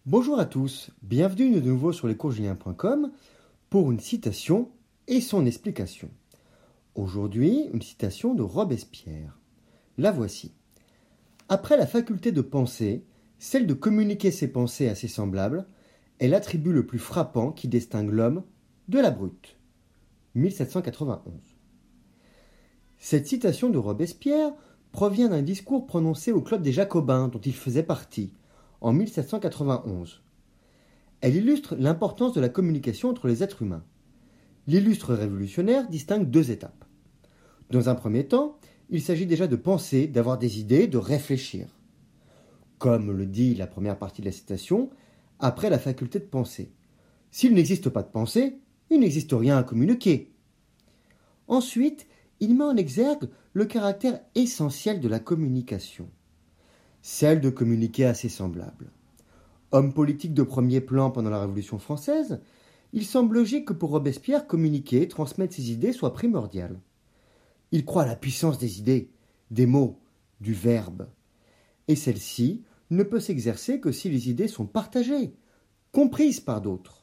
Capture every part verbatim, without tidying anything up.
Bonjour à tous, bienvenue de nouveau sur lescoursjulien point com pour une citation et son explication. Aujourd'hui, une citation de Robespierre. La voici. Après la faculté de penser, celle de communiquer ses pensées à ses semblables, est l'attribut le plus frappant qui distingue l'homme de la brute. mille sept cent quatre-vingt-onze. Cette citation de Robespierre provient d'un discours prononcé au Club des Jacobins dont il faisait partie, en mille sept cent quatre-vingt-onze. Elle illustre l'importance de la communication entre les êtres humains. L'illustre révolutionnaire distingue deux étapes. Dans un premier temps, il s'agit déjà de penser, d'avoir des idées, de réfléchir. Comme le dit la première partie de la citation, après la faculté de penser. S'il n'existe pas de pensée, il n'existe rien à communiquer. Ensuite, il met en exergue le caractère essentiel de la communication. Celle de communiquer à ses semblables. Homme politique de premier plan pendant la Révolution française, il semble logique que pour Robespierre, communiquer, transmettre ses idées soit primordial. Il croit à la puissance des idées, des mots, du verbe. Et celle-ci ne peut s'exercer que si les idées sont partagées, comprises par d'autres.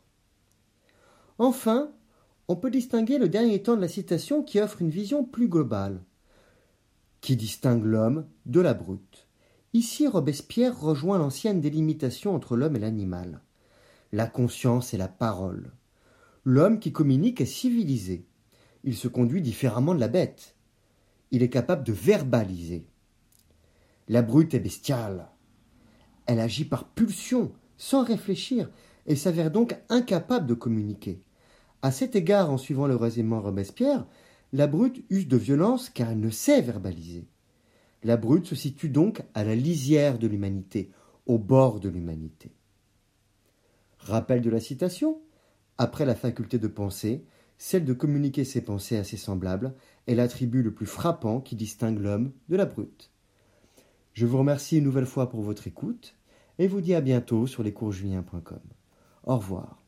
Enfin, on peut distinguer le dernier temps de la citation qui offre une vision plus globale, qui distingue l'homme de la brute. Ici, Robespierre rejoint l'ancienne délimitation entre l'homme et l'animal, la conscience et la parole. L'homme qui communique est civilisé. Il se conduit différemment de la bête. Il est capable de verbaliser. La brute est bestiale. Elle agit par pulsion, sans réfléchir, et s'avère donc incapable de communiquer. À cet égard, en suivant le raisonnement Robespierre, la brute use de violence car elle ne sait verbaliser. La brute se situe donc à la lisière de l'humanité, au bord de l'humanité. Rappel de la citation. Après la faculté de penser, celle de communiquer ses pensées à ses semblables est l'attribut le plus frappant qui distingue l'homme de la brute. Je vous remercie une nouvelle fois pour votre écoute et vous dis à bientôt sur lescoursjulien point com. Au revoir.